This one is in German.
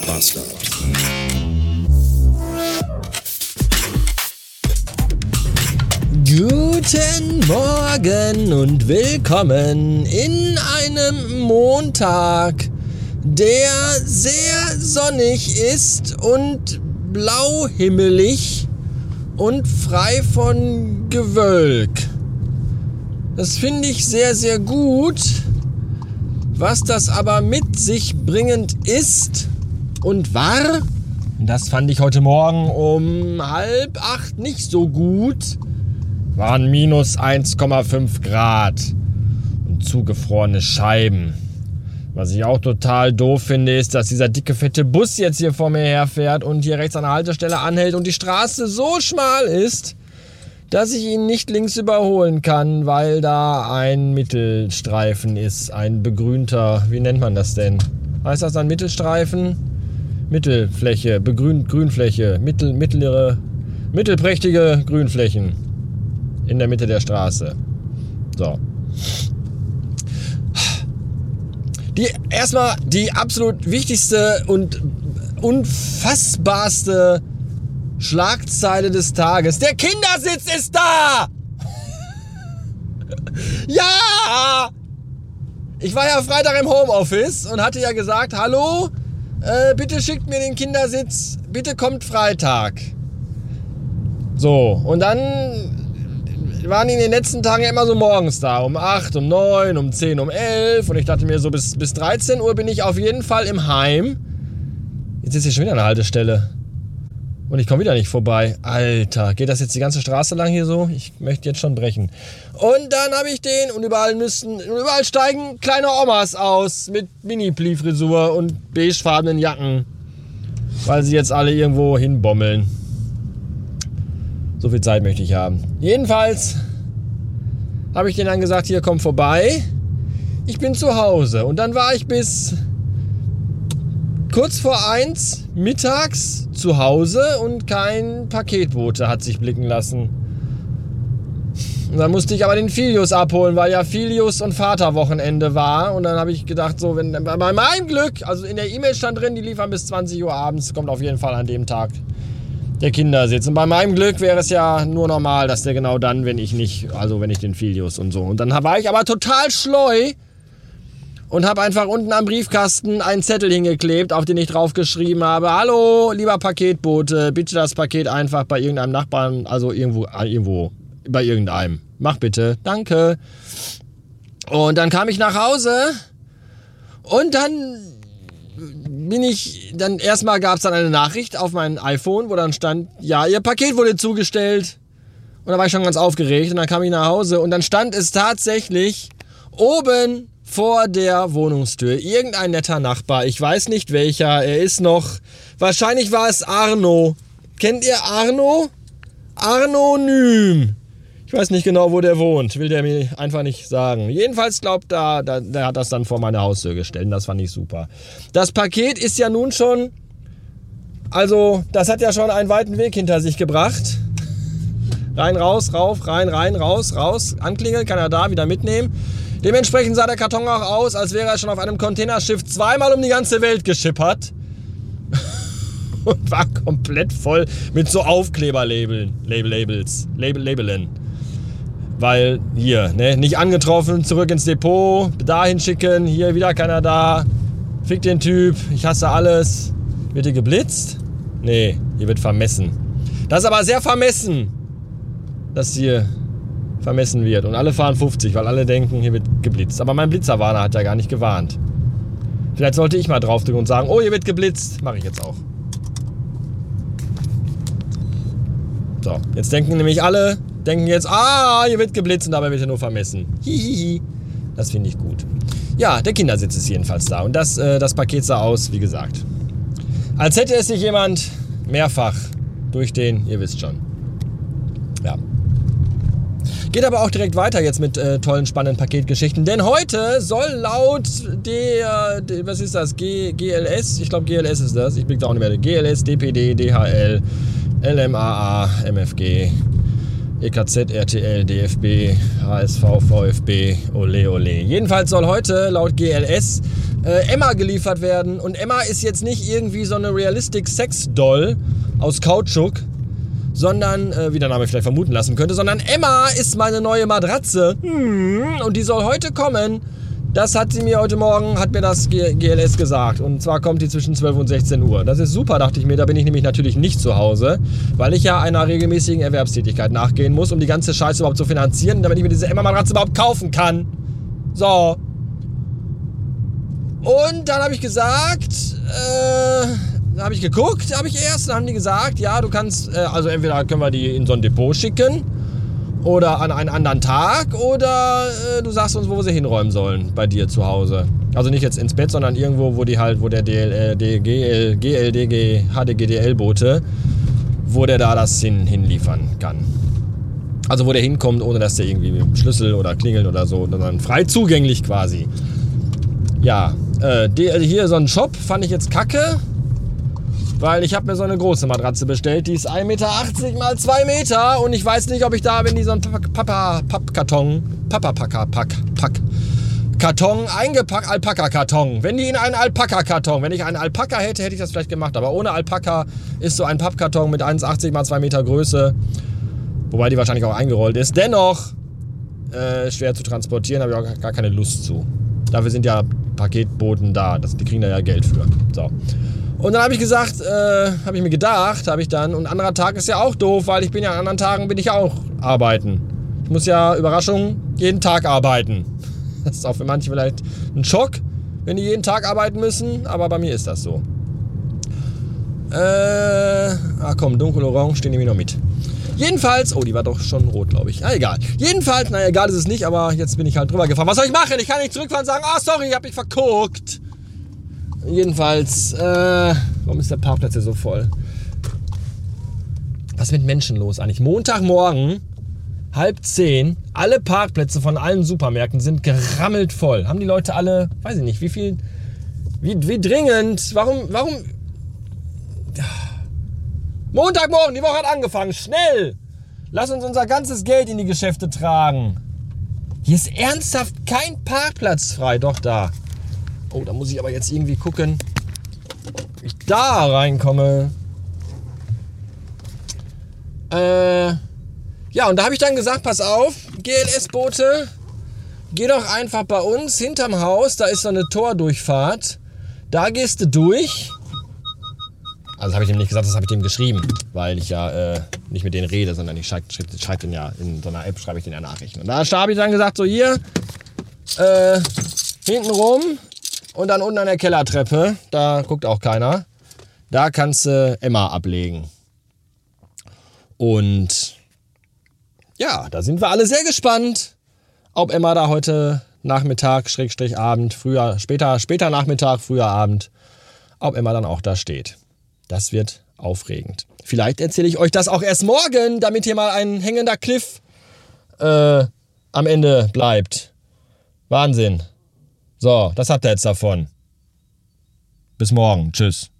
Bastard. Guten Morgen und willkommen in einem Montag, der sehr sonnig ist und blauhimmelig und frei von Gewölk. Das finde ich sehr, sehr gut. Was das aber mit sich bringend ist und war, das fand ich heute Morgen um 7:30 nicht so gut, waren minus 1,5 Grad und zugefrorene Scheiben. Was ich auch total doof finde, ist, dass dieser dicke, fette Bus jetzt hier vor mir herfährt und hier rechts an der Haltestelle anhält und die Straße so schmal ist, dass ich ihn nicht links überholen kann, weil da ein Mittelstreifen ist, ein begrünter, wie nennt man das denn? Heißt das dann Mittelstreifen? Mittelfläche, Grünfläche, mittelprächtige Grünflächen in der Mitte der Straße. So. Erstmal die absolut wichtigste und unfassbarste Schlagzeile des Tages. Der Kindersitz ist da! Ja! Ich war ja Freitag im Homeoffice und hatte ja gesagt, hallo, bitte schickt mir den Kindersitz, bitte kommt Freitag. So, und dann waren die in den letzten Tagen ja immer so morgens da, um 8, um 9, um 10, um 11 und ich dachte mir so, bis 13 Uhr bin ich auf jeden Fall im Heim. Jetzt ist hier schon wieder eine Haltestelle. Und ich komme wieder nicht vorbei. Alter, geht das jetzt die ganze Straße lang hier so? Ich möchte jetzt schon brechen. Und dann habe ich den und überall steigen kleine Omas aus mit Mini-Pli-Frisur und beigefarbenen Jacken. Weil sie jetzt alle irgendwo hinbommeln. So viel Zeit möchte ich haben. Jedenfalls habe ich denen dann gesagt, hier, komm vorbei. Ich bin zu Hause. Und dann war ich bis kurz vor 1 mittags zu Hause und kein Paketbote hat sich blicken lassen. Und dann musste ich aber den Filius abholen, weil ja Filius und Vaterwochenende war. Und dann habe ich gedacht, so, wenn bei meinem Glück, also in der E-Mail stand drin, die liefern bis 20 Uhr abends, kommt auf jeden Fall an dem Tag der Kindersitz. Und bei meinem Glück wäre es ja nur normal, dass der genau dann, wenn ich den Filius und so. Und dann war ich aber total schleu und habe einfach unten am Briefkasten einen Zettel hingeklebt, auf den ich drauf geschrieben habe, hallo, lieber Paketbote, bitte das Paket einfach bei irgendeinem Nachbarn, also irgendwo, bei irgendeinem. Mach bitte, danke. Und dann kam ich nach Hause und dann erstmal gab es dann eine Nachricht auf mein iPhone, wo dann stand, ja, Ihr Paket wurde zugestellt. Und da war ich schon ganz aufgeregt und dann kam ich nach Hause und dann stand es tatsächlich oben vor der Wohnungstür. Irgendein netter Nachbar, ich weiß nicht welcher, wahrscheinlich war es Arno. Kennt ihr Arno? Arnonym. Ich weiß nicht genau, wo der wohnt, will der mir einfach nicht sagen. Jedenfalls glaubt der hat das dann vor meine Haustür gestellt und das fand ich super. Das Paket ist ja nun schon, also das hat ja schon einen weiten Weg hinter sich gebracht. Rein, raus, rauf, rein, raus, anklingeln, kann er da wieder mitnehmen. Dementsprechend sah der Karton auch aus, als wäre er schon auf einem Containerschiff zweimal um die ganze Welt geschippert. Und war komplett voll mit so Aufkleberlabeln. Weil hier, ne, nicht angetroffen, zurück ins Depot, dahin schicken, hier wieder keiner da. Fick den Typ, ich hasse alles. Wird hier geblitzt? Nee, hier wird vermessen. Das ist aber sehr vermessen, dass hier vermessen wird. Und alle fahren 50, weil alle denken, hier wird geblitzt. Aber mein Blitzerwarner hat ja gar nicht gewarnt. Vielleicht sollte ich mal draufdrücken und sagen, oh, hier wird geblitzt. Mache ich jetzt auch. So, jetzt denken nämlich alle, hier wird geblitzt und dabei wird er nur vermessen. Hihihi. Das finde ich gut. Ja, der Kindersitz ist jedenfalls da. Und das Paket sah aus, wie gesagt, als hätte es sich jemand mehrfach durch den, ihr wisst schon. Ja. Geht aber auch direkt weiter jetzt mit tollen, spannenden Paketgeschichten. Denn heute soll laut was ist das? GLS? Ich glaube GLS ist das. Ich blicke da auch nicht mehr. GLS, DPD, DHL, LMAA, MFG, EKZ, RTL, DFB, HSV, VfB, ole ole. Jedenfalls soll heute laut GLS Emma geliefert werden. Und Emma ist jetzt nicht irgendwie so eine Realistic Sex Doll aus Kautschuk, sondern, wie der Name vielleicht vermuten lassen könnte, sondern Emma ist meine neue Matratze. Und die soll heute kommen. Das hat sie mir heute Morgen, hat mir das GLS gesagt. Und zwar kommt die zwischen 12 und 16 Uhr. Das ist super, dachte ich mir. Da bin ich nämlich natürlich nicht zu Hause, weil ich ja einer regelmäßigen Erwerbstätigkeit nachgehen muss, um die ganze Scheiße überhaupt zu finanzieren, damit ich mir diese Emma-Matratze überhaupt kaufen kann. So. Und dann habe ich gesagt, habe ich geguckt, dann haben die gesagt, ja, du kannst, also entweder können wir die in so ein Depot schicken oder an einen anderen Tag oder du sagst uns, wo wir sie hinräumen sollen bei dir zu Hause. Also nicht jetzt ins Bett, sondern irgendwo, wo der HDGDL-Bote, wo der da das hinliefern kann. Also wo der hinkommt, ohne dass der irgendwie mit dem Schlüssel oder klingelt oder so, sondern frei zugänglich quasi. Ja, hier so ein Shop fand ich jetzt kacke, weil ich habe mir so eine große Matratze bestellt, die ist 1,80 Meter mal 2 Meter und ich weiß nicht, ob ich da, wenn die so einen Pappkarton eingepackt, Alpaka-Karton, wenn die in einen Alpaka-Karton, wenn ich einen Alpaka hätte, hätte ich das vielleicht gemacht, aber ohne Alpaka ist so ein Pappkarton mit 1,80 mal 2 Meter Größe, wobei die wahrscheinlich auch eingerollt ist, dennoch schwer zu transportieren, habe ich auch gar keine Lust zu. Dafür sind ja Paketboten da, die kriegen da ja Geld für. So. Und dann habe ich gesagt, und ein anderer Tag ist ja auch doof, weil an anderen Tagen bin ich ja auch arbeiten. Ich muss ja, Überraschung, jeden Tag arbeiten. Das ist auch für manche vielleicht ein Schock, wenn die jeden Tag arbeiten müssen, aber bei mir ist das so. Dunkelorange, stehen nämlich noch mit. Jedenfalls, die war doch schon rot, glaube ich. Egal. Jedenfalls, egal ist es nicht, aber jetzt bin ich halt drüber gefahren. Was soll ich machen? Ich kann nicht zurückfahren und sagen, sorry, ich hab mich verguckt. Jedenfalls, warum ist der Parkplatz hier so voll? Was ist mit Menschen los eigentlich? Montagmorgen, 9:30, alle Parkplätze von allen Supermärkten sind gerammelt voll. Haben die Leute alle, weiß ich nicht, wie dringend, warum... Montagmorgen, die Woche hat angefangen, schnell! Lass uns unser ganzes Geld in die Geschäfte tragen. Hier ist ernsthaft kein Parkplatz frei, doch da. Da muss ich aber jetzt irgendwie gucken, wie ich da reinkomme. Ja, und da habe ich dann gesagt, pass auf, GLS-Boote, geh doch einfach bei uns hinterm Haus, da ist so eine Tordurchfahrt, da gehst du durch. Also habe ich ihm nicht gesagt, das habe ich dem geschrieben, weil ich ja nicht mit denen rede, sondern ich schreibe den ja in so einer App, schreibe ich denen ja Nachrichten. Und da habe ich dann gesagt, so hier, hinten rum und dann unten an der Kellertreppe, da guckt auch keiner, da kannst du Emma ablegen. Und ja, da sind wir alle sehr gespannt, ob Emma da heute Nachmittag, Abend, später Nachmittag, früher Abend, ob Emma dann auch da steht. Das wird aufregend. Vielleicht erzähle ich euch das auch erst morgen, damit hier mal ein hängender Cliff am Ende bleibt. Wahnsinn. So, das habt ihr jetzt davon. Bis morgen. Tschüss.